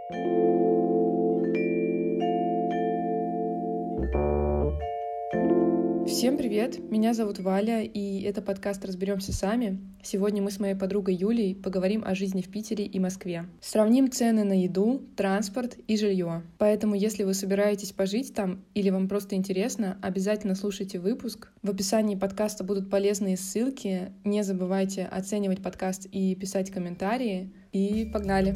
Всем привет! Меня зовут Валя, и это подкаст «Разберемся сами». Сегодня мы с моей подругой Юлей поговорим о жизни в Питере и Москве. Сравним цены на еду, транспорт и жилье. Поэтому, если вы собираетесь пожить там или вам просто интересно, обязательно слушайте выпуск. В описании подкаста будут полезные ссылки. Не забывайте оценивать подкаст и писать комментарии. И погнали!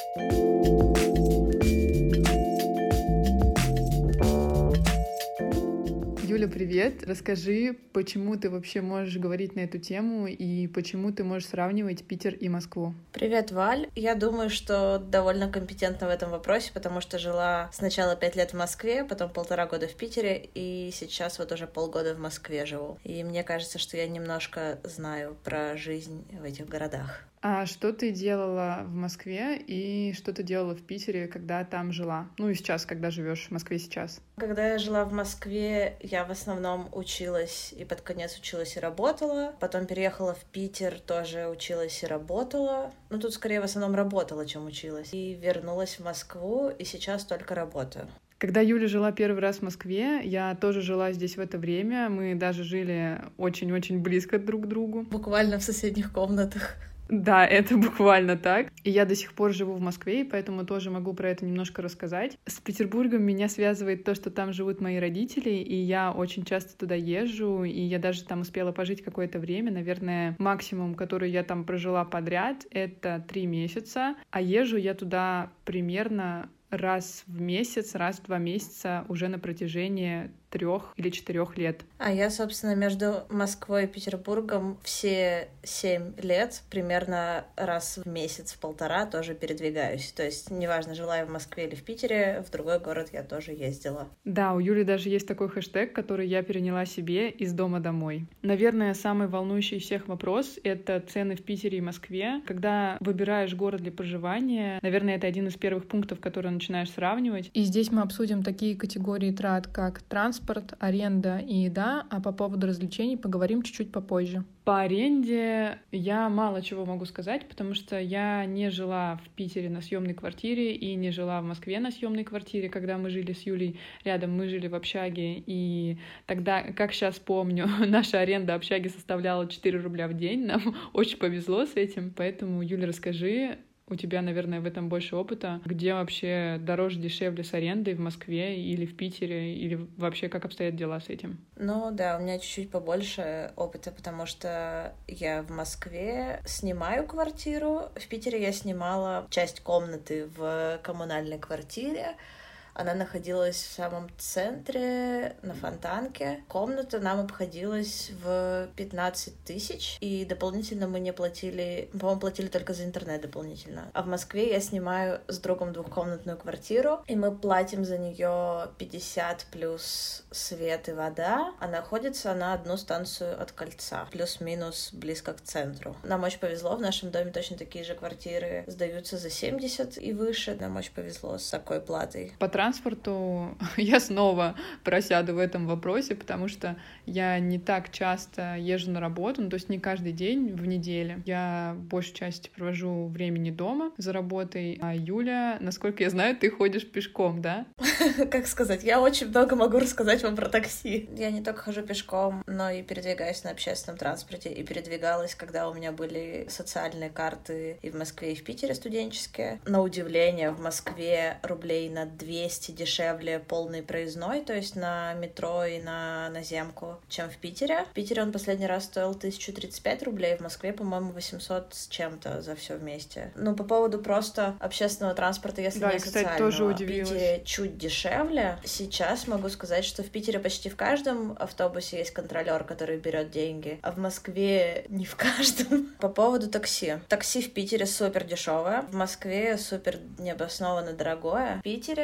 Юля, привет! Расскажи, почему ты вообще можешь говорить на эту тему и почему ты можешь сравнивать Питер и Москву? Привет, Валь. Я думаю, что довольно компетентна в этом вопросе, потому что жила сначала 5 лет в Москве, потом 1,5 года в Питере, и сейчас вот уже полгода в Москве живу. И мне кажется, что я немножко знаю про жизнь в этих городах. А что ты делала в Москве и что ты делала в Питере, когда там жила? Ну и сейчас, когда живешь в Москве сейчас? Когда я жила в Москве, я в основном училась и под конец училась и работала. Потом переехала в Питер, тоже училась и работала. Ну тут скорее в основном работала, чем училась. И вернулась в Москву, и сейчас только работаю. Когда Юля жила первый раз в Москве, я тоже жила здесь в это время. Мы даже жили очень-очень близко друг к другу. Буквально в соседних комнатах. Да, это буквально так. И я до сих пор живу в Москве, и поэтому тоже могу про это немножко рассказать. С Петербургом меня связывает то, что там живут мои родители, и я очень часто туда езжу, и я даже там успела пожить какое-то время. Наверное, максимум, который я там прожила подряд, это 3 месяца, а езжу я туда примерно раз в месяц, раз в 2 месяца уже на протяжении 3 или 4 лет. А я, собственно, между Москвой и Петербургом все 7 лет примерно раз в месяц, в 1,5 тоже передвигаюсь. То есть, неважно, жила я в Москве или в Питере, в другой город я тоже ездила. Да, у Юли даже есть такой хэштег, который я переняла себе из дома домой. Наверное, самый волнующий всех вопрос — это цены в Питере и Москве. Когда выбираешь город для проживания, наверное, это один из первых пунктов, которые начинаешь сравнивать. И здесь мы обсудим такие категории трат, как транспорт, аренда и еда, а по поводу развлечений поговорим чуть-чуть попозже. По аренде я мало чего могу сказать, потому что я не жила в Питере на съемной квартире и не жила в Москве на съемной квартире. Когда мы жили с Юлей рядом, мы жили в общаге, и тогда, как сейчас помню, наша аренда общаги составляла 4 рубля в день. Нам очень повезло с этим, поэтому, Юля, расскажи, у тебя, наверное, в этом больше опыта. Где вообще дороже, дешевле с арендой в Москве или в Питере? Или вообще как обстоят дела с этим? Ну да, у меня чуть-чуть побольше опыта, потому что я в Москве снимаю квартиру. В Питере я снимала часть комнаты в коммунальной квартире. Она находилась в самом центре, на Фонтанке. Комната нам обходилась в 15 тысяч, и дополнительно мы не платили, по-моему, платили только за интернет дополнительно. А в Москве я снимаю с другом 2-комнатную квартиру, и мы платим за нее 50 плюс свет и вода, а находится на одну станцию от кольца, плюс-минус близко к центру. Нам очень повезло, в нашем доме точно такие же квартиры сдаются за 70 и выше. Нам очень повезло с такой платой. По транспорту я снова просяду в этом вопросе, потому что я не так часто езжу на работу, ну, то есть не каждый день в неделю. Я большую часть провожу времени дома за работой. А Юля, насколько я знаю, ты ходишь пешком, да? Как сказать, я очень много могу рассказать вам про такси. Я не только хожу пешком, но и передвигаюсь на общественном транспорте, и передвигалась, когда у меня были социальные карты и в Москве, и в Питере студенческие. На удивление, в Москве рублей на 200 дешевле полный проездной, то есть на метро и на наземку, чем в Питере. В Питере он последний раз стоил 1035 рублей, в Москве, по-моему, 800 с чем-то за все вместе. Ну, по поводу просто общественного транспорта, если да, не я, социального. кстати, тоже удивилась. В Питере чуть дешевле. Сейчас могу сказать, что в Питере почти в каждом автобусе есть контролер, который берет деньги, а в Москве не в каждом. По поводу такси. Такси в Питере супер дешевое, в Москве супер необоснованно дорогое. В Питере я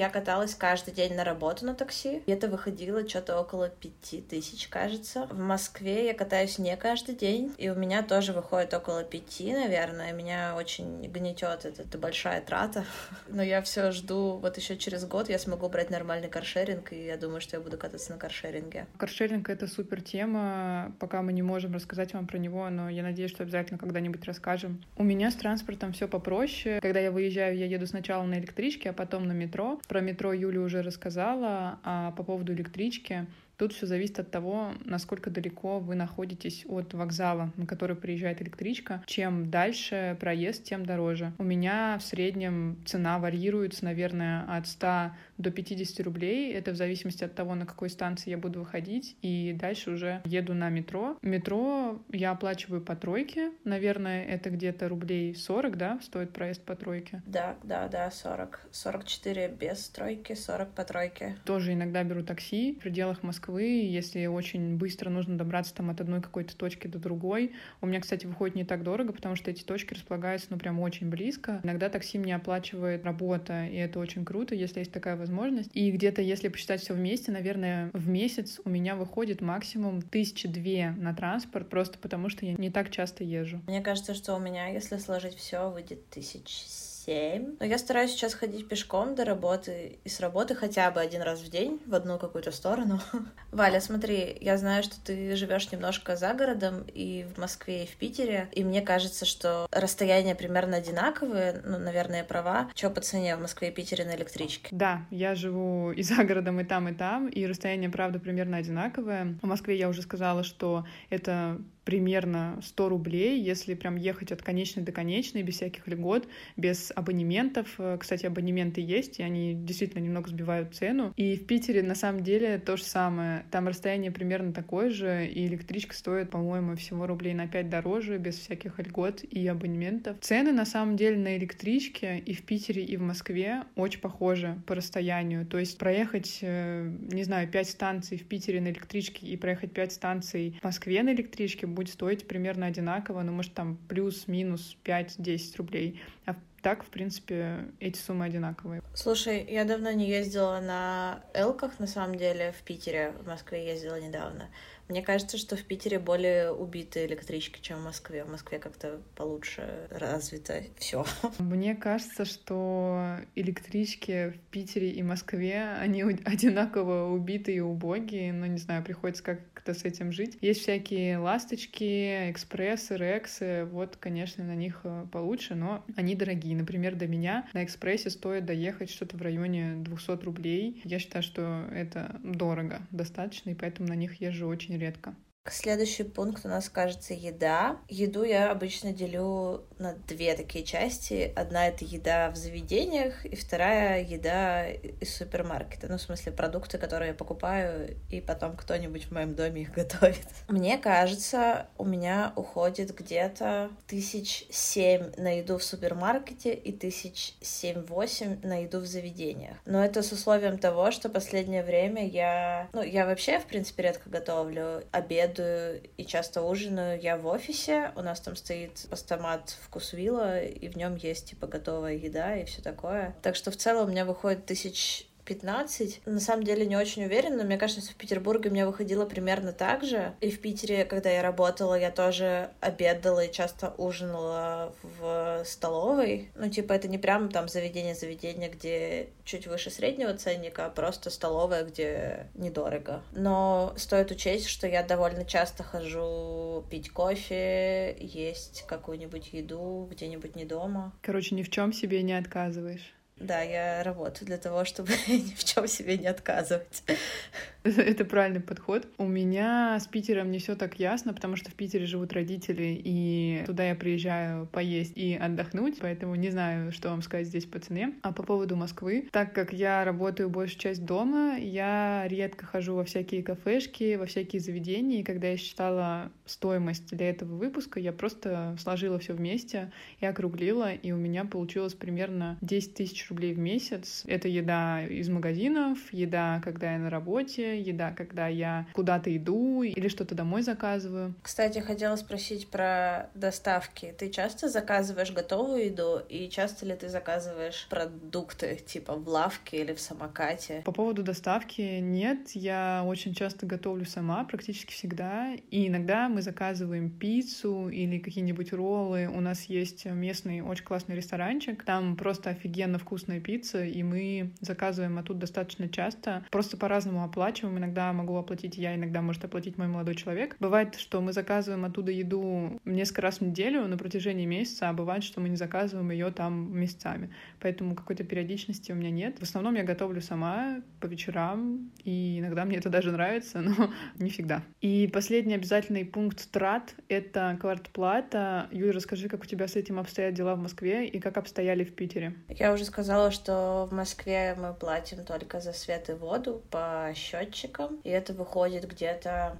я каталась каждый день на работу на такси, и это выходило что-то около 5000, кажется. В Москве я катаюсь не каждый день, и у меня тоже выходит около 5, наверное. Меня очень гнетет это большая трата. Но я все жду, вот еще через год я смогу брать нормальный каршеринг, и я думаю, что я буду кататься на каршеринге. Каршеринг — это супер тема, пока мы не можем рассказать вам про него, но я надеюсь, что обязательно когда-нибудь расскажем. У меня с транспортом все попроще. Когда я выезжаю, я еду сначала на электричке, а потом на метро. Про метро Юля уже рассказала, а по поводу электрички тут все зависит от того, насколько далеко вы находитесь от вокзала, на который приезжает электричка. Чем дальше проезд, тем дороже. У меня в среднем цена варьируется, наверное, от 100 до 50 рублей. Это в зависимости от того, на какой станции я буду выходить. И дальше уже еду на метро. Метро я оплачиваю по тройке. Наверное, это где-то рублей 40, да, стоит проезд по тройке? Да, 40. 44 без тройки, 40 по тройке. Тоже иногда беру такси в пределах Москвы, если очень быстро нужно добраться там от одной какой-то точки до другой. У меня, кстати, выходит не так дорого, потому что эти точки располагаются, ну, прям очень близко. Иногда такси мне оплачивает работа, и это очень круто, если есть такая возможность. И где-то, если посчитать все вместе, наверное, в месяц у меня выходит максимум 1002 на транспорт, просто потому что я не так часто езжу. Мне кажется, что у меня, если сложить все, выйдет 1007. Но я стараюсь сейчас ходить пешком до работы и с работы хотя бы один раз в день в одну какую-то сторону. Валя, смотри, я знаю, что ты живешь немножко за городом и в Москве, и в Питере, и мне кажется, что расстояния примерно одинаковые, ну, наверное, я права. Что по цене в Москве и Питере на электричке? Да, я живу и за городом, и там, и расстояние, правда, примерно одинаковое. В Москве я уже сказала, что это примерно 100 рублей, если прям ехать от конечной до конечной, без всяких льгот, без абонементов. Кстати, абонементы есть, и они действительно немного сбивают цену. И в Питере на самом деле то же самое. Там расстояние примерно такое же, и электричка стоит, по-моему, всего рублей на 5 дороже, без всяких льгот и абонементов. Цены на самом деле на электричке и в Питере, и в Москве очень похожи по расстоянию. То есть проехать, не знаю, 5 станций в Питере на электричке и проехать 5 станций в Москве на электричке будет стоить примерно одинаково, но может там плюс-минус 5-10 рублей. А так, в принципе, эти суммы одинаковые. Слушай, я давно не ездила на Элках, на самом деле, в Питере. В Москве ездила недавно. Мне кажется, что в Питере более убитые электрички, чем в Москве. В Москве как-то получше развито все. Мне кажется, что электрички в Питере и Москве, они одинаково убитые и убогие, но, не знаю, приходится как-то с этим жить. Есть всякие ласточки, экспрессы, рексы, вот, конечно, на них получше, но они дорогие. Например, до меня на экспрессе стоит доехать что-то в районе 200 рублей. Я считаю, что это дорого достаточно, и поэтому на них езжу очень редко. Следующий пункт у нас, кажется, еда. Еду я обычно делю на две такие части. Одна — это еда в заведениях, и вторая — еда из супермаркета. Ну, в смысле, продукты, которые я покупаю, и потом кто-нибудь в моем доме их готовит. Мне кажется, у меня уходит где-то 1007 на еду в супермаркете и 1007-8 на еду в заведениях. Но это с условием того, что последнее время я вообще, в принципе, редко готовлю. Обед и часто ужинаю я в офисе. У нас там стоит постамат Вкусвилла, и в нем есть типа готовая еда и все такое. Так что в целом у меня выходит 1015. На самом деле не очень уверена, но мне кажется, что в Петербурге у меня выходило примерно так же. И в Питере, когда я работала, я тоже обедала и часто ужинала в столовой. Ну, типа, это не прям там заведение, где чуть выше среднего ценника, а просто столовая, где недорого. Но стоит учесть, что я довольно часто хожу пить кофе, есть какую-нибудь еду где-нибудь не дома. Короче, ни в чем себе не отказываешь. Да, я работаю для того, чтобы ни в чем себе не отказывать. Это правильный подход. У меня с Питером не все так ясно, потому что в Питере живут родители, и туда я приезжаю поесть и отдохнуть, поэтому не знаю, что вам сказать здесь по цене. А по поводу Москвы, так как я работаю большую часть дома, я редко хожу во всякие кафешки, во всякие заведения, и когда я считала стоимость для этого выпуска, я просто сложила все вместе и округлила, и у меня получилось примерно 10 000 1000 рублей в месяц. Это еда из магазинов, еда, когда я на работе, еда, когда я куда-то иду или что-то домой заказываю. Кстати, хотела спросить про доставки. Ты часто заказываешь готовую еду, и часто ли ты заказываешь продукты, типа в лавке или в самокате? По поводу доставки нет, я очень часто готовлю сама, практически всегда, и иногда мы заказываем пиццу или какие-нибудь роллы. У нас есть местный очень классный ресторанчик, там просто офигенно вкусная пицца, и мы заказываем оттуда достаточно часто. Просто по-разному оплачиваем. Иногда могу оплатить я, иногда может оплатить мой молодой человек. Бывает, что мы заказываем оттуда еду несколько раз в неделю на протяжении месяца, а бывает, что мы не заказываем ее там месяцами. Поэтому какой-то периодичности у меня нет. В основном я готовлю сама по вечерам, и иногда мне это даже нравится, но не всегда. И последний обязательный пункт трат — это квартплата. Юля, расскажи, как у тебя с этим обстоят дела в Москве и как обстояли в Питере? Я уже сказала, что в Москве мы платим только за свет и воду по счетчикам, и это выходит где-то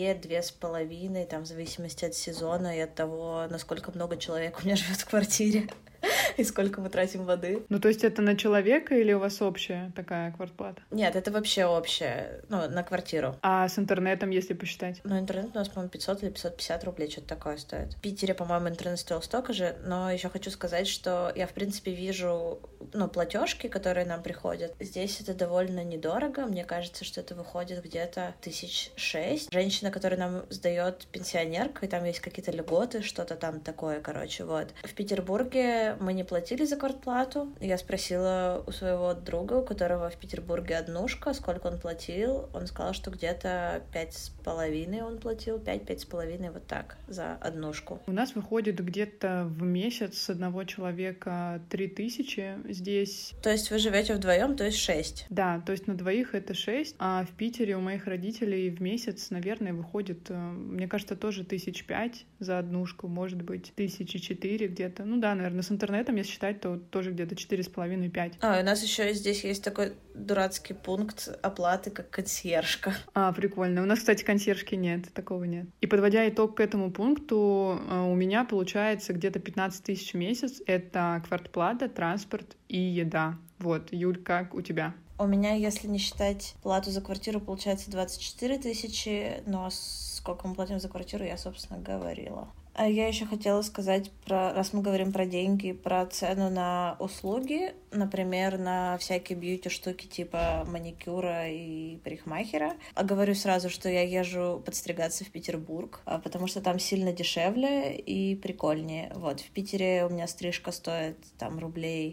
2-2,5, там, в зависимости от сезона и от того, насколько много человек у меня живет в квартире. И сколько мы тратим воды. Ну, то есть это на человека или у вас общая такая квартплата? Нет, это вообще общая, на квартиру. А с интернетом, если посчитать? Интернет у нас, по-моему, 500 или 550 рублей, что-то такое стоит. В Питере, по-моему, интернет стоил столько же, но еще хочу сказать, что я, в принципе, вижу, платежки, которые нам приходят. Здесь это довольно недорого. Мне кажется, что это выходит где-то 6 000. Женщина, которая нам сдает пенсионерка, и там есть какие-то льготы, что-то там такое, короче, вот. В Петербурге мы не платили за квартплату. Я спросила у своего друга, у которого в Петербурге однушка, сколько он платил. Он сказал, что где-то 5,5 он платил, 5-5,5, вот так, за однушку. У нас выходит где-то в месяц с одного человека 3000 здесь. То есть вы живете вдвоем, то есть 6? Да, то есть на двоих это 6, а в Питере у моих родителей в месяц, наверное, выходит, мне кажется, тоже 5 000 за однушку, может быть, 4 000 где-то. Ну да, наверное, с интернетом, если считать, то тоже где-то 4,5-5. У нас еще здесь есть такой дурацкий пункт оплаты, как консьержка. Прикольно. У нас, кстати, консьержки нет, такого нет. И подводя итог к этому пункту, у меня получается где-то 15 000 в месяц. Это квартплата, транспорт и еда. Вот, Юль, как у тебя? У меня, если не считать плату за квартиру, получается 24 000, но сколько мы платим за квартиру, я, собственно, говорила. А я еще хотела сказать, раз мы говорим про деньги, про цену на услуги, например, на всякие бьюти-штуки типа маникюра и парикмахера. А говорю сразу, что я езжу подстригаться в Петербург, потому что там сильно дешевле и прикольнее. Вот, в Питере у меня стрижка стоит там рублей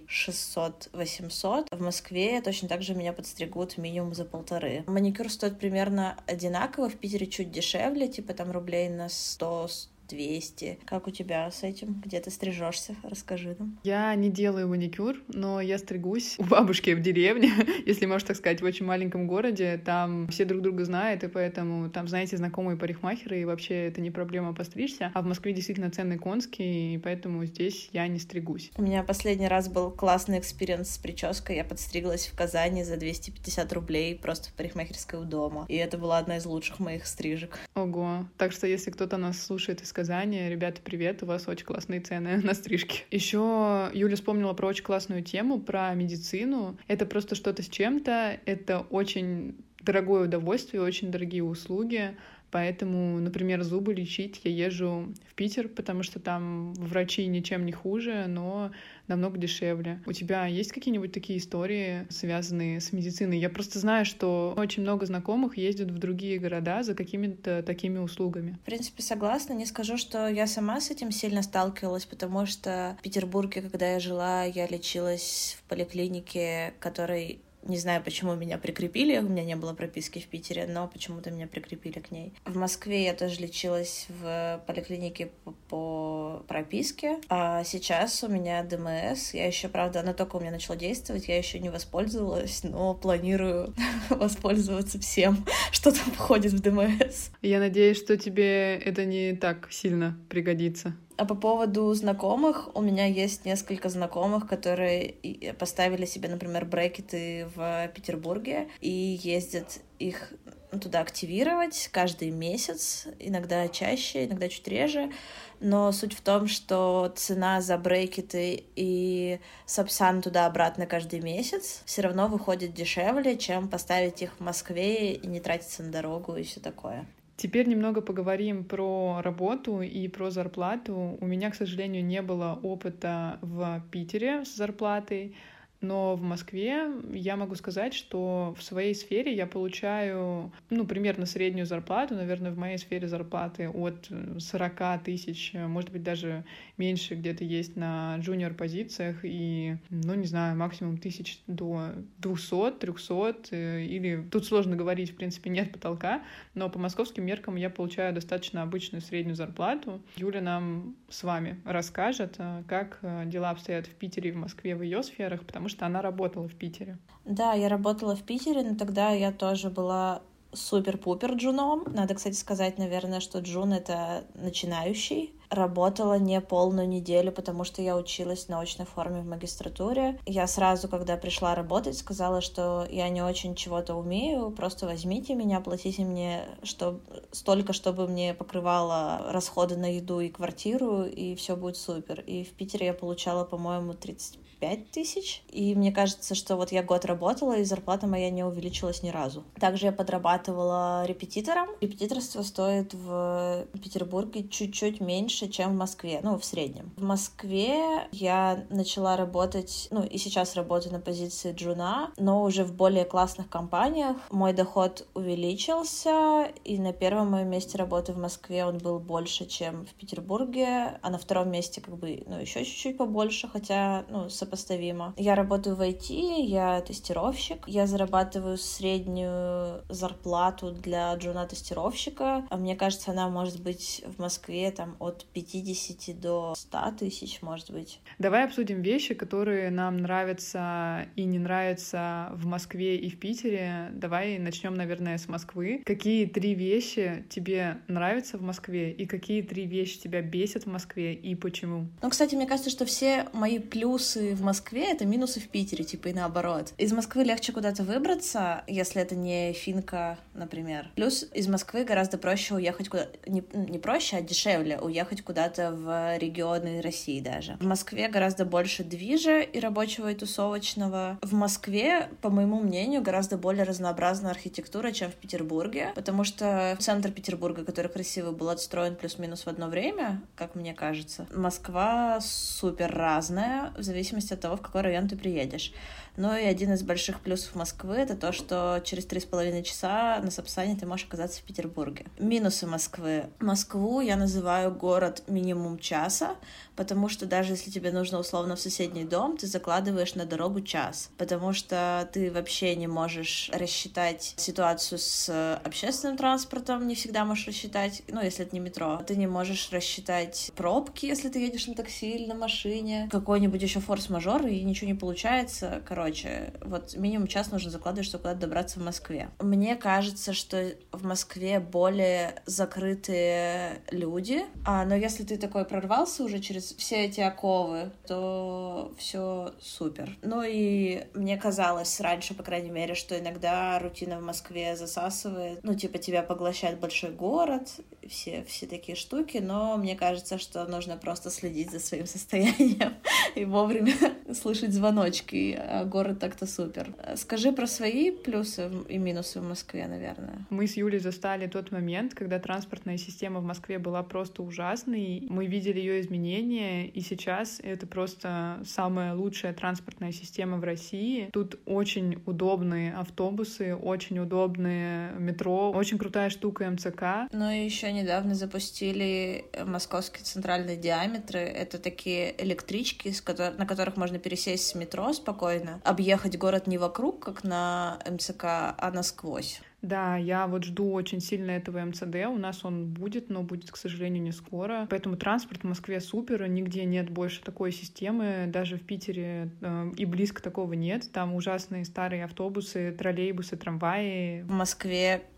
600-800. В Москве точно так же меня подстригут минимум за 1,5. Маникюр стоит примерно одинаково, в Питере чуть дешевле, типа там рублей на 100 200. Как у тебя с этим? Где ты стрижешься? Расскажи нам. Я не делаю маникюр, но я стригусь у бабушки в деревне, если можно так сказать, в очень маленьком городе. Там все друг друга знают, и поэтому там, знаете, знакомые парикмахеры, и вообще это не проблема постричься. А в Москве действительно цены конские, и поэтому здесь я не стригусь. У меня последний раз был классный экспириенс с прической. Я подстриглась в Казани за 250 рублей просто в парикмахерской у дома. И это была одна из лучших моих стрижек. Ого. Так что если кто-то нас слушает из Казани, ребята, привет, у вас очень классные цены на стрижки. Еще Юля вспомнила про очень классную тему, про медицину. Это просто что-то с чем-то, это очень дорогое удовольствие, очень дорогие услуги. Поэтому, например, зубы лечить я езжу в Питер, потому что там врачи ничем не хуже, но намного дешевле. У тебя есть какие-нибудь такие истории, связанные с медициной? Я просто знаю, что очень много знакомых ездят в другие города за какими-то такими услугами. В принципе, согласна. Не скажу, что я сама с этим сильно сталкивалась, потому что в Петербурге, когда я жила, я лечилась в поликлинике, которой... Не знаю, почему меня прикрепили, у меня не было прописки в Питере, но почему-то меня прикрепили к ней. В Москве я тоже лечилась в поликлинике по прописке, а сейчас у меня ДМС. Я еще, правда, она только у меня начала действовать, я еще не воспользовалась, но планирую воспользоваться всем, что там входит в ДМС. Я надеюсь, что тебе это не так сильно пригодится. А по поводу знакомых, у меня есть несколько знакомых, которые поставили себе, например, брекеты в Петербурге и ездят их туда активировать каждый месяц, иногда чаще, иногда чуть реже, но суть в том, что цена за брекеты и Сапсан туда-обратно каждый месяц все равно выходит дешевле, чем поставить их в Москве и не тратиться на дорогу и все такое. Теперь немного поговорим про работу и про зарплату. У меня, к сожалению, не было опыта в Питере с зарплатой, но в Москве я могу сказать, что в своей сфере я получаю, примерно среднюю зарплату, наверное, в моей сфере зарплаты от 40 тысяч, может быть, даже меньше где-то есть на джуниор-позициях, и, не знаю, максимум тысяч до 200-300, или тут сложно говорить, в принципе, нет потолка, но по московским меркам я получаю достаточно обычную среднюю зарплату. Юля нам с вами расскажет, как дела обстоят в Питере и в Москве в ее сферах, потому что она работала в Питере. Да, я работала в Питере, но тогда я тоже была супер-пупер джуном. Надо, кстати, сказать, наверное, что джун — это начинающий. Работала не полную неделю, потому что я училась на очной форме в магистратуре. Я сразу, когда пришла работать, сказала, что я не очень чего-то умею, просто возьмите меня, платите мне столько, чтобы мне покрывало расходы на еду и квартиру, и все будет супер. И в Питере я получала, по-моему, 35 тысяч. И мне кажется, что вот я год работала, и зарплата моя не увеличилась ни разу. Также я подрабатывала репетитором. Репетиторство стоит в Петербурге чуть-чуть меньше, чем в Москве, в среднем. В Москве я начала работать, и сейчас работаю на позиции джуна, но уже в более классных компаниях. Мой доход увеличился, и на первом моем месте работы в Москве он был больше, чем в Петербурге, а на втором месте еще чуть-чуть побольше, хотя, сопоставимо. Я работаю в IT, я тестировщик, я зарабатываю среднюю зарплату для джуна-тестировщика, а мне кажется, она может быть в Москве от 50 до 100 тысяч, может быть. Давай обсудим вещи, которые нам нравятся и не нравятся в Москве и в Питере. Давай начнем, наверное, с Москвы. Какие 3 вещи тебе нравятся в Москве и какие 3 вещи тебя бесят в Москве и почему? Кстати, мне кажется, что все мои плюсы в Москве — это минусы в Питере, и наоборот. Из Москвы легче куда-то выбраться, если это не Финка, например. Плюс из Москвы гораздо проще уехать куда-то, не проще, а дешевле уехать куда-то в регионы России даже. В Москве гораздо больше движа и рабочего, и тусовочного. В Москве, по моему мнению, гораздо более разнообразная архитектура, чем в Петербурге, потому что центр Петербурга, который красивый, был отстроен плюс-минус в одно время, как мне кажется. Москва супер разная, в зависимости от того, в какой район ты приедешь. Ну и один из больших плюсов Москвы — это то, что через 3,5 часа на Сапсане ты можешь оказаться в Петербурге. Минусы Москвы. Москву я называю город минимум часа, потому что даже если тебе нужно условно в соседний дом, ты закладываешь на дорогу час, потому что ты вообще не можешь рассчитать ситуацию с общественным транспортом, не всегда можешь рассчитать, если это не метро. Ты не можешь рассчитать пробки, если ты едешь на такси или на машине. Какой-нибудь еще форс-мажор, и ничего не получается. Вот минимум час нужно закладывать, чтобы куда-то добраться в Москве. Мне кажется, что в Москве более закрытые люди, но если ты такой прорвался уже через все эти оковы, то все супер. И мне казалось раньше, по крайней мере, что иногда рутина в Москве засасывает, тебя поглощает большой город, все такие штуки, но мне кажется, что нужно просто следить за своим состоянием и вовремя слышать звоночки, город так-то супер. Скажи про свои плюсы и минусы в Москве, наверное. Мы с Юлей застали тот момент, когда транспортная система в Москве была просто ужасной. Мы видели ее изменения, и сейчас это просто самая лучшая транспортная система в России. Тут очень удобные автобусы, очень удобные метро, очень крутая штука МЦК. И еще недавно запустили московские центральные диаметры. Это такие электрички, на которых можно пересесть с метро спокойно, объехать город не вокруг, как на МЦК, а насквозь. Да, я жду очень сильно этого МЦД. У нас он будет, но будет, к сожалению, не скоро. Поэтому транспорт в Москве супер, нигде нет больше такой системы. Даже в Питере и близко такого нет. Там ужасные старые автобусы, троллейбусы, трамваи. В Москве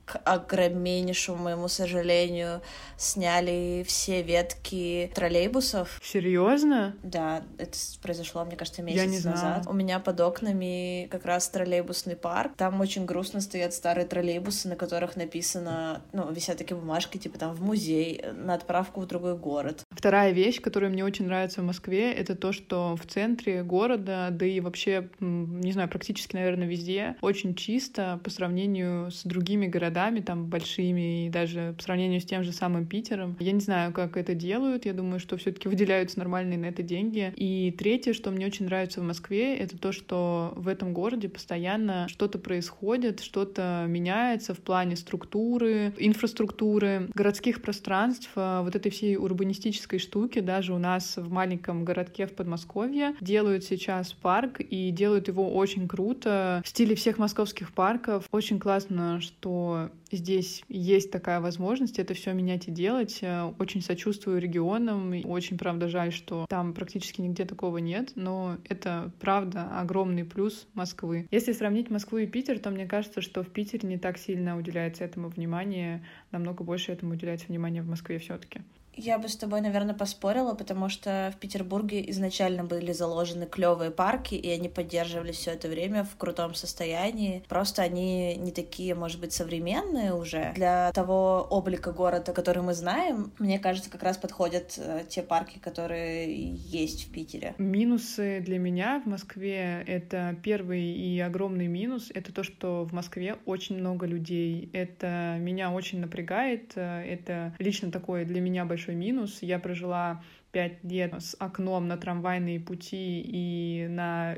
к огромнейшему моему сожалению, сняли все ветки троллейбусов. Серьезно? Да, это произошло, мне кажется, Я не месяц знала. назад. У меня под окнами как раз троллейбусный парк. Там очень грустно стоят старые троллейбусы, на которых написано, висят такие бумажки, типа там в музей, на отправку в другой город. Вторая вещь, которая мне очень нравится в Москве, это то, что в центре города, да и вообще, не знаю, практически, наверное, везде, очень чисто по сравнению с другими городами, там, большими, и даже по сравнению с тем же самым Питером. Я не знаю, как это делают, я думаю, что все-таки выделяются нормальные на это деньги. И третье, что мне очень нравится в Москве, это то, что в этом городе постоянно что-то происходит, что-то меняется в плане структуры, инфраструктуры, городских пространств, вот этой всей урбанистической штуки. Даже у нас в маленьком городке в Подмосковье делают сейчас парк, и делают его очень круто, в стиле всех московских парков. Очень классно, что здесь есть такая возможность это все менять и делать. Очень сочувствую регионам. Очень, правда, жаль, что там практически нигде такого нет, но это, правда, огромный плюс Москвы. Если сравнить Москву и Питер, то мне кажется, что в Питере не так сильно уделяется этому внимание, намного больше этому уделяется внимание в Москве все-таки. Я бы с тобой, наверное, поспорила, потому что в Петербурге изначально были заложены клевые парки, и они поддерживались все это время в крутом состоянии. Просто они не такие, может быть, современные уже. Для того облика города, который мы знаем, мне кажется, как раз подходят те парки, которые есть в Питере. Минусы для меня в Москве — это первый и огромный минус. Это то, что в Москве очень много людей. Это меня очень напрягает. Это лично такой для меня большой минус. Я прожила 5 лет с окном на трамвайные пути и на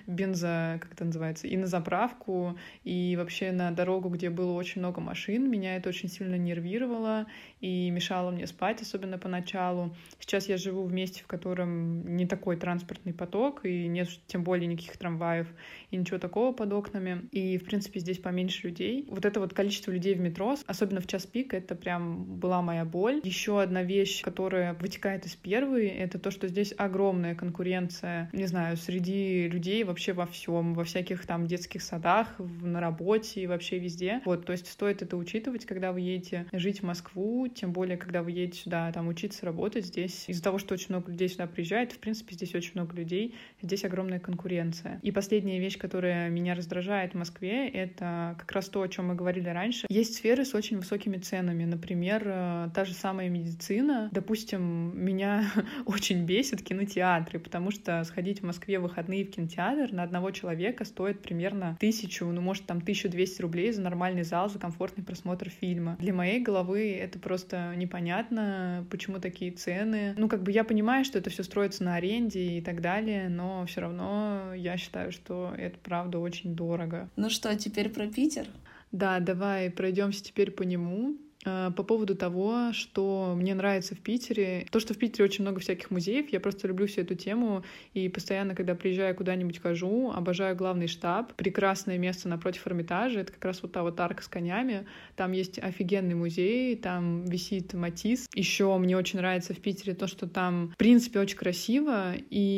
как это называется, и на заправку, и вообще на дорогу, где было очень много машин. Меня это очень сильно нервировало и мешало мне спать, особенно поначалу. Сейчас я живу в месте, в котором не такой транспортный поток, и нет тем более никаких трамваев и ничего такого под окнами. И, в принципе, здесь поменьше людей. Вот это вот количество людей в метро, особенно в час пик, это прям была моя боль. Еще одна вещь, которая вытекает из первой, это то, что здесь огромная конкуренция, не знаю, среди людей вообще во всем, во всяких там детских садах, на работе и вообще везде. Вот, то есть стоит это учитывать, когда вы едете жить в Москву, тем более, когда вы едете сюда, там, учиться, работать здесь. Из-за того, что очень много людей сюда приезжает, в принципе, здесь очень много людей, здесь огромная конкуренция. И последняя вещь, которая меня раздражает в Москве, это как раз то, о чем мы говорили раньше. Есть сферы с очень высокими ценами. Например, та же самая медицина. Допустим, меня очень бесит кинотеатры, потому что сходить в Москве в выходные в кинотеатр на одного человека стоит примерно 1000, может, там 1200 рублей за нормальный зал, за комфортный просмотр фильма. Для моей головы это просто непонятно, почему такие цены. Я понимаю, что это все строится на аренде и так далее, но все равно я считаю, что это правда очень дорого. Ну что, теперь про Питер? Да, давай пройдемся теперь по нему. По поводу того, что мне нравится в Питере. То, что в Питере очень много всяких музеев, я просто люблю всю эту тему, и постоянно, когда приезжаю куда-нибудь, хожу, обожаю главный штаб. Прекрасное место напротив Эрмитажа, это как раз вот та вот арка с конями. Там есть офигенный музей, там висит Матисс. Еще мне очень нравится в Питере то, что там, в принципе, очень красиво,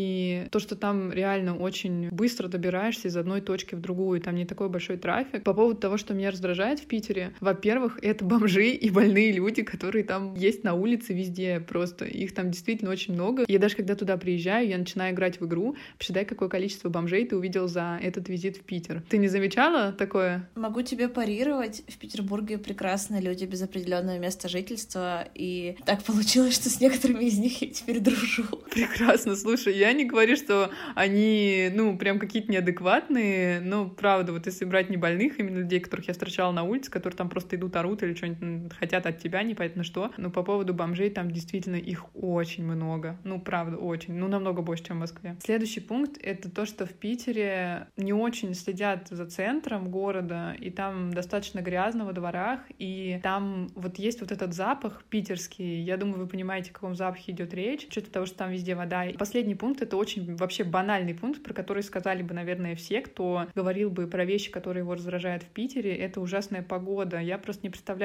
и то, что там реально очень быстро добираешься из одной точки в другую, там не такой большой трафик. По поводу того, что меня раздражает в Питере, во-первых, это бомжи и больные люди, которые там есть на улице везде просто. Их там действительно очень много. Я даже когда туда приезжаю, я начинаю играть в игру. Посчитай, какое количество бомжей ты увидел за этот визит в Питер. Ты не замечала такое? Могу тебе парировать. В Петербурге прекрасные люди без определенного места жительства, и так получилось, что с некоторыми из них я теперь дружу. Прекрасно. Слушай, я не говорю, что они, прям какие-то неадекватные, но правда, вот если брать не больных, именно людей, которых я встречала на улице, которые там просто идут, орут или что-нибудь хотят от тебя, непонятно что. Но по поводу бомжей там действительно их очень много. Правда, очень. Намного больше, чем в Москве. Следующий пункт — это то, что в Питере не очень следят за центром города, и там достаточно грязно во дворах, и там вот есть вот этот запах питерский. Я думаю, вы понимаете, о каком запахе идет речь. С учетом того, что там везде вода. И последний пункт — это очень вообще банальный пункт, про который сказали бы, наверное, все, кто говорил бы про вещи, которые его раздражают в Питере. Это ужасная погода. Я просто не представляю, как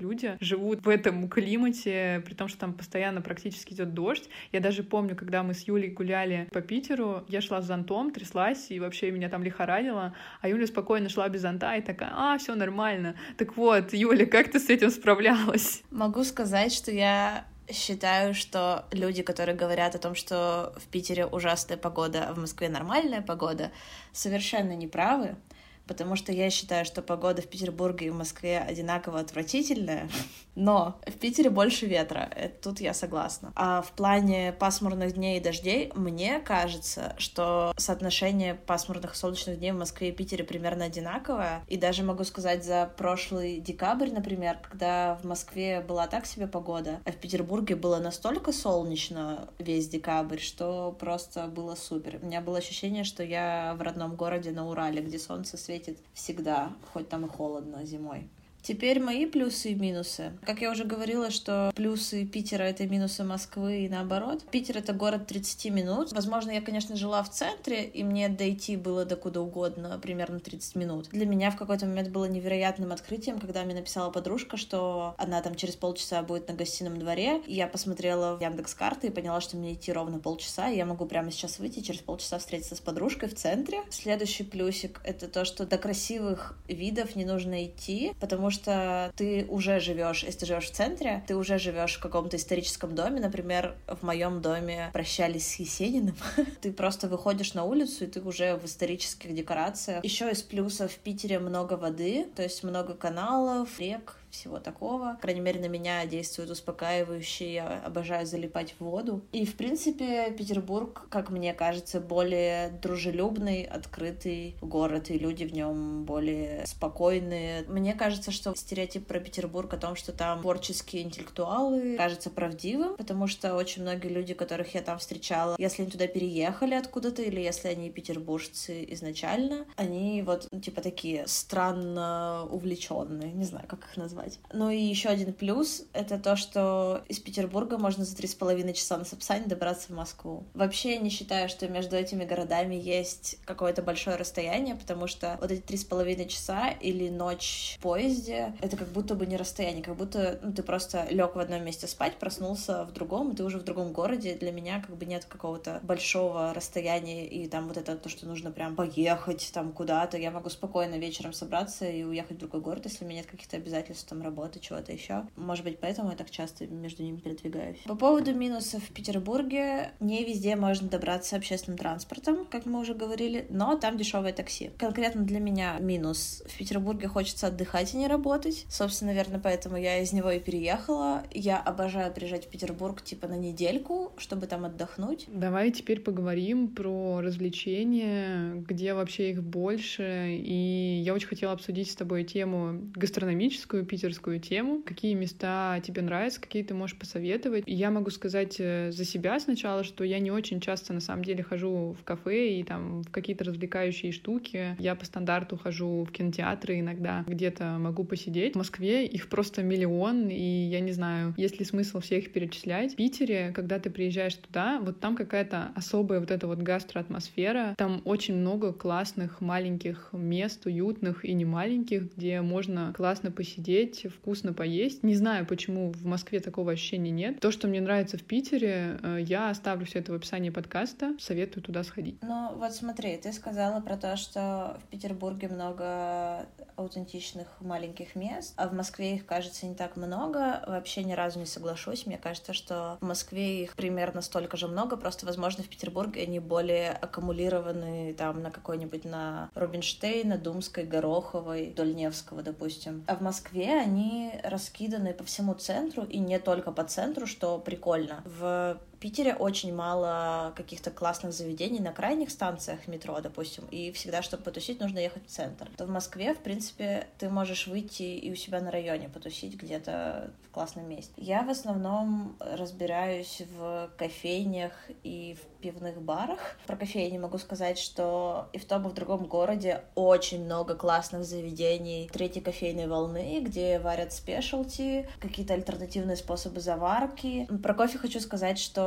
люди живут в этом климате, при том, что там постоянно практически идет дождь. Я даже помню, когда мы с Юлей гуляли по Питеру, я шла с зонтом, тряслась, и вообще меня там лихорадило, а Юля спокойно шла без зонта и такая: все нормально. Так вот, Юля, как ты с этим справлялась? Могу сказать, что я считаю, что люди, которые говорят о том, что в Питере ужасная погода, а в Москве нормальная погода, совершенно неправы. Потому что я считаю, что погода в Петербурге и в Москве одинаково отвратительная, но в Питере больше ветра, тут я согласна. А в плане пасмурных дней и дождей, мне кажется, что соотношение пасмурных и солнечных дней в Москве и Питере примерно одинаковое. И даже могу сказать, за прошлый декабрь, например, когда в Москве была так себе погода, а в Петербурге было настолько солнечно весь декабрь, что просто было супер. У меня было ощущение, что я в родном городе на Урале, где солнце светит всегда, хоть там и холодно зимой. Теперь мои плюсы и минусы. Как я уже говорила, что плюсы Питера — это минусы Москвы и наоборот. Питер — это город 30 минут. Возможно, я, конечно, жила в центре, и мне дойти было до куда угодно примерно 30 минут. Для меня в какой-то момент было невероятным открытием, когда мне написала подружка, что она там через полчаса будет на Гостином дворе. И я посмотрела в Яндекс.Карты и поняла, что мне идти ровно полчаса, и я могу прямо сейчас выйти и через полчаса встретиться с подружкой в центре. Следующий плюсик — это то, что до красивых видов не нужно идти, потому что ты уже живешь, если ты живешь в центре, ты уже живешь в каком-то историческом доме. Например, в моем доме прощались с Есениным. Ты просто выходишь на улицу, и ты уже в исторических декорациях. Еще из плюсов: в Питере много воды, то есть много каналов, рек, всего такого. По крайней мере, на меня действует успокаивающе, я обожаю залипать в воду. И, в принципе, Петербург, как мне кажется, более дружелюбный, открытый город, и люди в нем более спокойные. Мне кажется, что стереотип про Петербург о том, что там творческие интеллектуалы, кажется правдивым, потому что очень многие люди, которых я там встречала, если они туда переехали откуда-то, или если они петербуржцы изначально, они вот, типа, такие странно увлеченные, не знаю, как их назвать. Ну и еще один плюс — это то, что из Петербурга можно за 3,5 часа на Сапсане добраться в Москву. Вообще я не считаю, что между этими городами есть какое-то большое расстояние, потому что вот эти 3,5 часа или ночь в поезде — это как будто бы не расстояние, как будто ты просто лег в одном месте спать, проснулся в другом, и ты уже в другом городе. Для меня как бы нет какого-то большого расстояния, и там вот это то, что нужно прям поехать там куда-то. Я могу спокойно вечером собраться и уехать в другой город, если у меня нет каких-то обязательств, там, работы, чего-то еще. Может быть, поэтому я так часто между ними передвигаюсь. По поводу минусов: в Петербурге не везде можно добраться общественным транспортом, как мы уже говорили, но там дешевое такси. Конкретно для меня минус: в Петербурге хочется отдыхать и не работать. Собственно, наверное, поэтому я из него и переехала. Я обожаю приезжать в Петербург типа на недельку, чтобы там отдохнуть. Давай теперь поговорим про развлечения, где вообще их больше. И я очень хотела обсудить с тобой тему гастрономическую, питерскую тему. Какие места тебе нравятся, какие ты можешь посоветовать. И я могу сказать за себя сначала, что я не очень часто на самом деле хожу в кафе и там в какие-то развлекающие штуки. Я по стандарту хожу в кинотеатры иногда, где-то могу посидеть. В Москве их просто миллион, и я не знаю, есть ли смысл всех их перечислять. В Питере, когда ты приезжаешь туда, вот там какая-то особая вот эта вот гастроатмосфера. Там очень много классных маленьких мест, уютных и не маленьких, где можно классно посидеть, вкусно поесть. Не знаю, почему в Москве такого ощущения нет. То, что мне нравится в Питере, я оставлю все это в описании подкаста. Советую туда сходить. Ну, вот смотри, ты сказала про то, что в Петербурге много аутентичных маленьких мест, а в Москве их, кажется, не так много. Вообще ни разу не соглашусь. Мне кажется, что в Москве их примерно столько же много, просто, возможно, в Петербурге они более аккумулированы там на какой-нибудь, на Рубинштейна, Думской, Гороховой, вдоль Невского, допустим. А в Москве они раскиданы по всему центру, и не только по центру, что прикольно. В Питере очень мало каких-то классных заведений на крайних станциях метро, допустим, и всегда, чтобы потусить, нужно ехать в центр. То в Москве, в принципе, ты можешь выйти и у себя на районе потусить где-то в классном месте. Я в основном разбираюсь в кофейнях и в пивных барах. Про кофейни могу сказать, что и в том, и в другом городе очень много классных заведений третьей кофейной волны, где варят спешалти, какие-то альтернативные способы заварки. Про кофе хочу сказать, что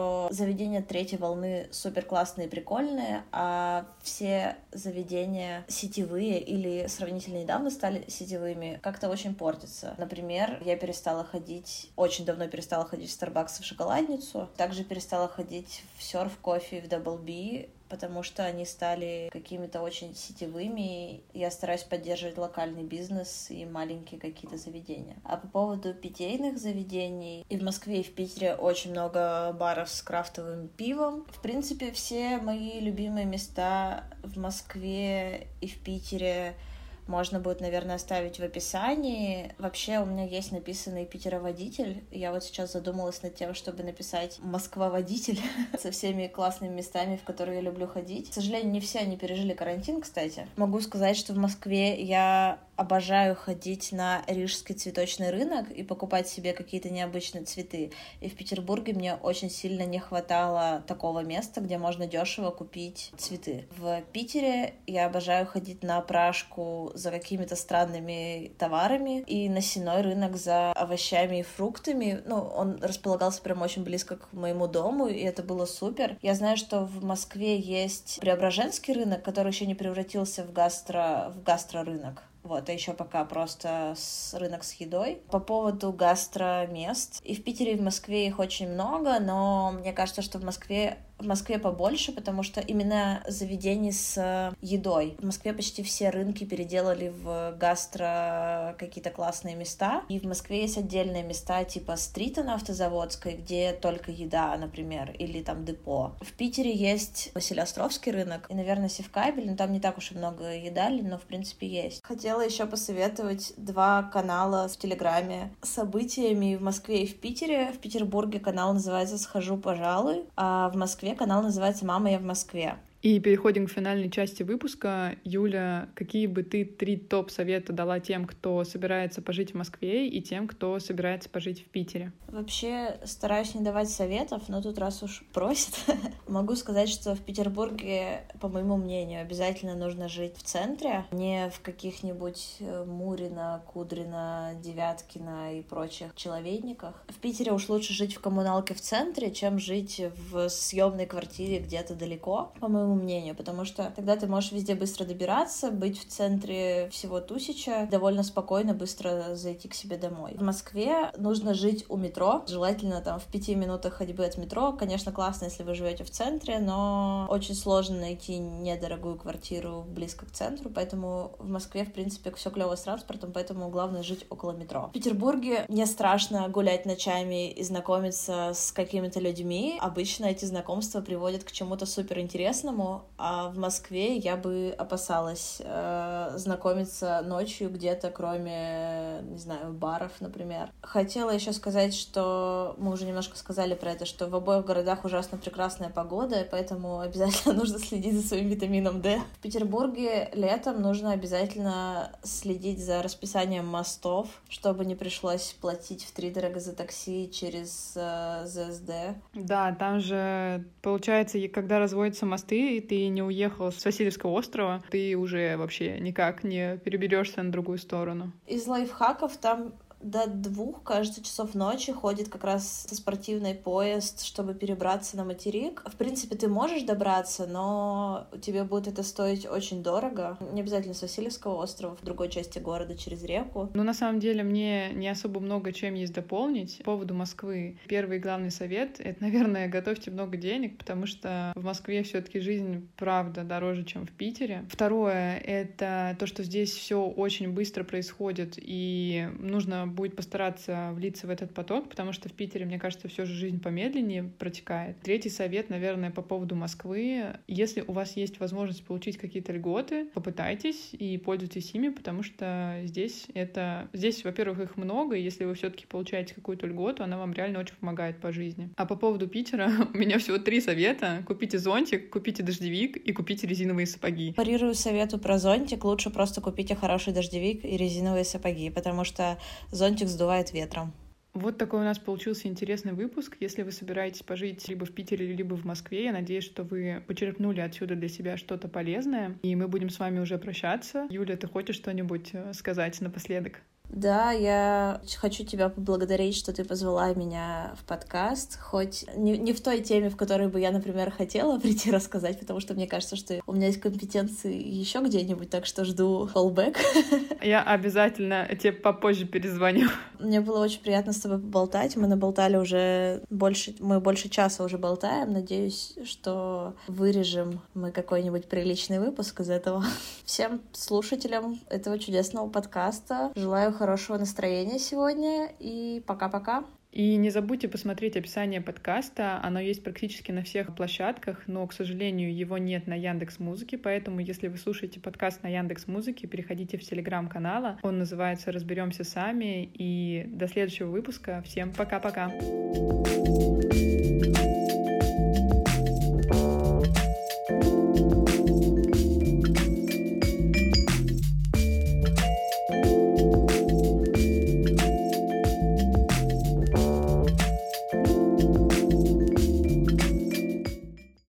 что заведения третьей волны супер классные и прикольные, а все заведения сетевые или сравнительно недавно стали сетевыми, как-то очень портятся. Например, я очень давно перестала ходить в Starbucks и в шоколадницу, также перестала ходить в Surf Coffee, в Double B, потому что они стали какими-то очень сетевыми. Я стараюсь поддерживать локальный бизнес и маленькие какие-то заведения. А по поводу питейных заведений, и в Москве, и в Питере очень много баров с крафтовым пивом. В принципе, все мои любимые места в Москве и в Питере можно будет, наверное, оставить в описании. Вообще, у меня есть написанный Питероводитель. Я вот сейчас задумалась над тем, чтобы написать Москва-водитель со всеми классными местами, в которые я люблю ходить. К сожалению, не все они пережили карантин, кстати. Могу сказать, что в Москве я обожаю ходить на Рижский цветочный рынок и покупать себе какие-то необычные цветы. И в Петербурге мне очень сильно не хватало такого места, где можно дешево купить цветы. В Питере я обожаю ходить на Пражку за какими-то странными товарами и на Сенной рынок за овощами и фруктами. Он располагался прям очень близко к моему дому, и это было супер. Я знаю, что в Москве есть Преображенский рынок, который еще не превратился в гастро-рынок. А еще пока просто рынок с едой. По поводу гастромест. И в Питере, и в Москве их очень много, но мне кажется, что в Москве побольше, потому что именно заведений с едой. В Москве почти все рынки переделали в гастро какие-то классные места. И в Москве есть отдельные места типа стрита на Автозаводской, где только еда, например, или там депо. В Питере есть Василеостровский рынок и, наверное, Севкабель, но там не так уж и много едалин, но в принципе есть. Хотела еще посоветовать 2 канала в Телеграме с событиями в Москве и в Питере. В Петербурге канал называется «Схожу, пожалуй», а в Москве канал называется «Мама, я в Москве». И переходим к финальной части выпуска. Юля, какие бы ты 3 топ-совета дала тем, кто собирается пожить в Москве, и тем, кто собирается пожить в Питере? Вообще стараюсь не давать советов, но тут раз уж просят, могу сказать, что в Петербурге, по моему мнению, обязательно нужно жить в центре, не в каких-нибудь Мурино, Кудрино, Девяткино и прочих человейниках. В Питере уж лучше жить в коммуналке в центре, чем жить в съемной квартире где-то далеко, по моему мнению, потому что тогда ты можешь везде быстро добираться, быть в центре всего тусича, довольно спокойно, быстро зайти к себе домой. В Москве нужно жить у метро, желательно там в 5 минутах ходьбы от метро. Конечно, классно, если вы живете в центре, но очень сложно найти недорогую квартиру близко к центру, поэтому в Москве, в принципе, все клево с транспортом, поэтому главное жить около метро. В Петербурге мне страшно гулять ночами и знакомиться с какими-то людьми. Обычно эти знакомства приводят к чему-то суперинтересному, а в Москве я бы опасалась знакомиться ночью где-то, кроме, не знаю, баров, например. Хотела еще сказать, что мы уже немножко сказали про это, что в обоих городах ужасно прекрасная погода, поэтому обязательно нужно следить за своим витамином D. В Петербурге летом нужно обязательно следить за расписанием мостов, чтобы не пришлось платить втридорога за такси через ЗСД. Да, там же, получается, когда разводятся мосты, и ты не уехал с Васильевского острова, ты уже вообще никак не переберешься на другую сторону. Из лайфхаков там до 2, кажется, часов ночи ходит как раз спортивный поезд, чтобы перебраться на материк. В принципе, ты можешь добраться, но тебе будет это стоить очень дорого. Не обязательно с Васильевского острова, в другой части города, через реку. Ну, на самом деле, мне не особо много чем есть дополнить. По поводу Москвы. Первый и главный совет — это, наверное, готовьте много денег, потому что в Москве все-таки жизнь, правда, дороже, чем в Питере. Второе — это то, что здесь все очень быстро происходит, и нужно будет постараться влиться в этот поток, потому что в Питере, мне кажется, все же жизнь помедленнее протекает. Третий совет, наверное, по поводу Москвы. Если у вас есть возможность получить какие-то льготы, попытайтесь и пользуйтесь ими, потому что здесь, во-первых, их много, и если вы все-таки получаете какую-то льготу, она вам реально очень помогает по жизни. А по поводу Питера у меня всего 3 совета. Купите зонтик, купите дождевик и купите резиновые сапоги. Парирую совету про зонтик. Лучше просто купите хороший дождевик и резиновые сапоги, потому что зонтик сдувает ветром. Вот такой у нас получился интересный выпуск. Если вы собираетесь пожить либо в Питере, либо в Москве, я надеюсь, что вы почерпнули отсюда для себя что-то полезное. И мы будем с вами уже прощаться. Юля, ты хочешь что-нибудь сказать напоследок? Да, я хочу тебя поблагодарить, что ты позвала меня в подкаст, хоть не в той теме, в которой бы я, например, хотела прийти рассказать, потому что мне кажется, что у меня есть компетенции еще где-нибудь, так что жду callback. Я обязательно тебе попозже перезвоню. Мне было очень приятно с тобой поболтать. Мы наболтали уже больше часа уже болтаем. Надеюсь, что вырежем мы какой-нибудь приличный выпуск из этого. Всем слушателям этого чудесного подкаста желаю хорошего настроения сегодня и пока-пока. И не забудьте посмотреть описание подкаста. Оно есть практически на всех площадках, но, к сожалению, его нет на Яндекс.Музыке, поэтому, если вы слушаете подкаст на Яндекс.Музыке, переходите в телеграм-канал. Он называется «Разберемся сами». И до следующего выпуска. Всем пока-пока!